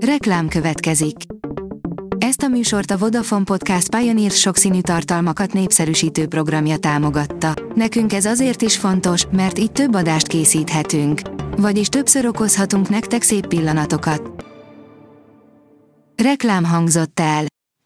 Reklám következik. Ezt a műsort a Vodafone Podcast Pioneer sokszínű tartalmakat népszerűsítő programja támogatta. Nekünk ez azért is fontos, mert így több adást készíthetünk. Vagyis többször okozhatunk nektek szép pillanatokat. Reklám hangzott el.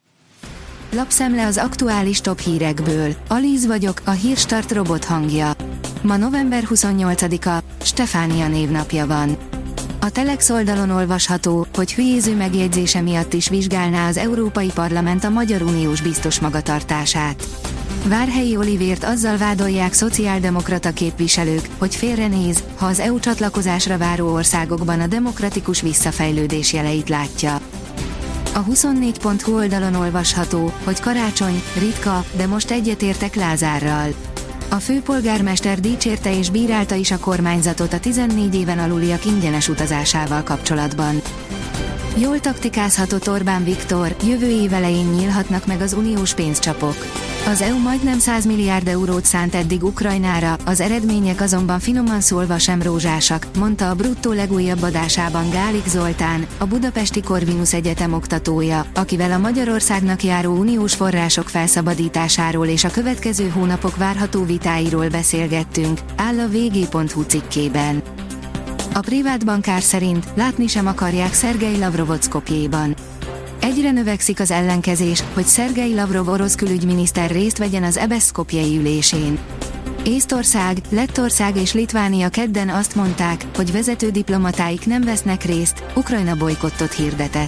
Lapszemle az aktuális top hírekből. Alíz vagyok, a Hírstart robot hangja. Ma november 28-a, Stefánia névnapja van. A Telex oldalon olvasható, hogy hülyéző megjegyzése miatt is vizsgálná az Európai Parlament a Magyar Uniós biztos magatartását. Várhelyi Olivért azzal vádolják szociáldemokrata képviselők, hogy félrenéz, ha az EU csatlakozásra váró országokban a demokratikus visszafejlődés jeleit látja. A 24.hu oldalon olvasható, hogy karácsony, ritka, de most egyetértek Lázárral. A főpolgármester dicsérte és bírálta is a kormányzatot a 14 éven aluliak ingyenes utazásával kapcsolatban. Jól taktikázhatott Orbán Viktor, jövő év elején nyílhatnak meg az uniós pénzcsapok. Az EU majdnem 100 milliárd eurót szánt eddig Ukrajnára, az eredmények azonban finoman szólva sem rózsásak, mondta a Bruttó legújabb adásában Gálik Zoltán, a Budapesti Corvinus Egyetem oktatója, akivel a Magyarországnak járó uniós források felszabadításáról és a következő hónapok várható vitáiról beszélgettünk, áll a vg.hu cikkében. A privát bankár szerint látni sem akarják Szergej Lavrovot Szkopjéban. Egyre növekszik az ellenkezés, hogy Szergej Lavrov orosz külügyminiszter részt vegyen az EBESZ szkopjei ülésén. Észtország, Lettország és Litvánia kedden azt mondták, hogy vezető diplomatáik nem vesznek részt, Ukrajna bojkottot hirdetett.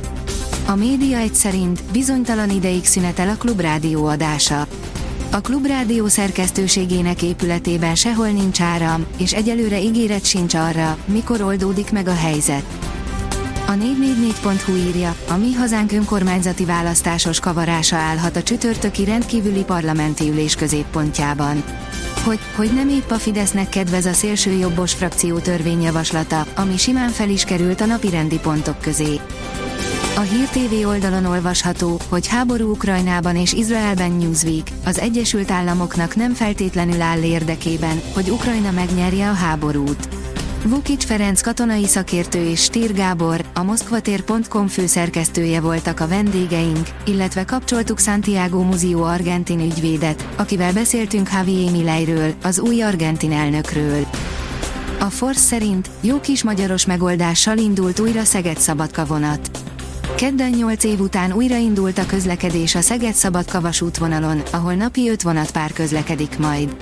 A Média 1 szerint bizonytalan ideig szünetel a Klubrádió adása. A Klubrádió szerkesztőségének épületében sehol nincs áram, és egyelőre ígéret sincs arra, mikor oldódik meg a helyzet. A 444.hu írja, a Mi Hazánk önkormányzati választásos kavarása állhat a csütörtöki rendkívüli parlamenti ülés középpontjában. Hogy nem épp a Fidesznek kedvez a szélsőjobbos frakció törvényjavaslata, ami simán fel is került a napirendi pontok közé. A Hír TV oldalon olvasható, hogy háború Ukrajnában és Izraelben Newsweek, az Egyesült Államoknak nem feltétlenül áll érdekében, hogy Ukrajna megnyerje a háborút. Vukics Ferenc katonai szakértő és Stír Gábor, a moszkvatér.com főszerkesztője voltak a vendégeink, illetve kapcsoltuk Santiago Muzió argentin ügyvédet, akivel beszéltünk Javier Mileiről, az új argentin elnökről. A Force szerint jó kis magyaros megoldással indult újra Szeged-Szabadka vonat. Kedden 8 év után újraindult a közlekedés a Szeged-Szabadka vasútvonalon, ahol napi 5 vonatpár közlekedik majd.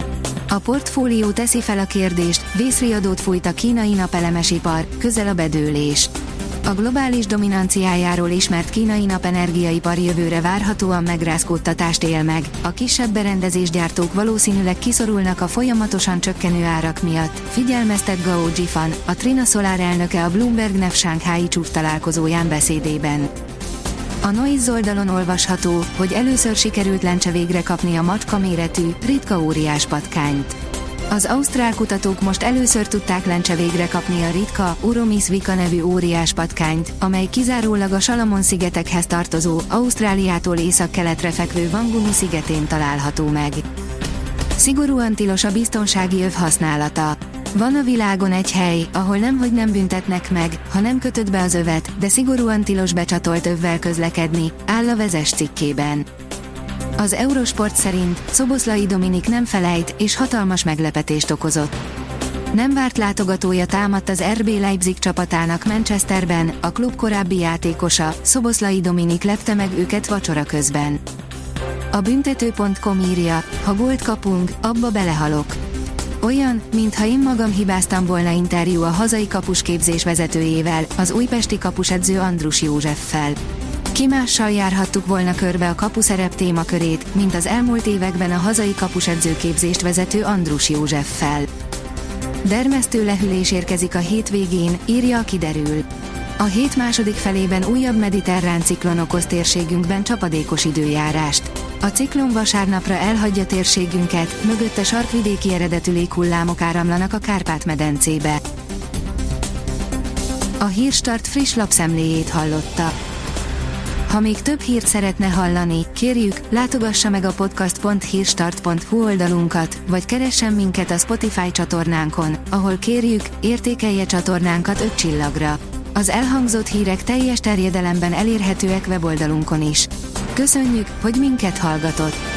A Portfólió teszi fel a kérdést, vészriadót fújt a kínai napelemesipar, közel a bedőlés. A globális dominanciájáról ismert kínai napenergiaipar jövőre várhatóan megrázkódtatást él meg, a kisebb berendezésgyártók valószínűleg kiszorulnak a folyamatosan csökkenő árak miatt, figyelmeztet Gao Jifan, a Trina Solar elnöke a Bloomberg NEF Shanghai csúcs találkozóján beszédében. A Noise oldalon olvasható, hogy először sikerült lencse végre kapni a macska méretű, ritka óriás patkányt. Az ausztrál kutatók most először tudták lencse végre kapni a ritka, Uromis vika nevű óriás patkányt, amely kizárólag a Salamon-szigetekhez tartozó, Ausztráliától északkeletre fekvő Wangunu szigetén található meg. Szigorúan tilos a biztonsági öv használata. Van a világon egy hely, ahol nemhogy nem büntetnek meg, ha nem kötöd be az övet, de szigorúan tilos becsatolt övvel közlekedni, áll a Vezes cikkében. Az Eurosport szerint Szoboszlai Dominik nem felejt, és hatalmas meglepetést okozott. Nem várt látogatója támadt az RB Leipzig csapatának Manchesterben, a klub korábbi játékosa, Szoboszlai Dominik lepte meg őket vacsora közben. A büntető.com írja, ha gólt kapunk, abba belehalok. Olyan, mintha én magam hibáztam volna interjú a hazai kapusképzés vezetőjével, az újpesti kapusedző Andrus Józseffel. Ki mással járhattuk volna körbe a kapuszerep témakörét, mint az elmúlt években a hazai kapusedzőképzést vezető Andrus Józseffel. Dermesztő lehűlés érkezik a hétvégén, írja a Kiderül. A hét második felében újabb mediterrán ciklon okoz térségünkben csapadékos időjárást. A ciklon vasárnapra elhagyja térségünket, mögötte sarkvidéki eredetű léghullámok áramlanak a Kárpát-medencébe. A Hírstart friss lapszemléjét hallotta. Ha még több hírt szeretne hallani, kérjük, látogassa meg a podcast.hírstart.hu oldalunkat, vagy keressen minket a Spotify csatornánkon, ahol kérjük, értékelje csatornánkat 5 csillagra. Az elhangzott hírek teljes terjedelemben elérhetőek weboldalunkon is. Köszönjük, hogy minket hallgatott!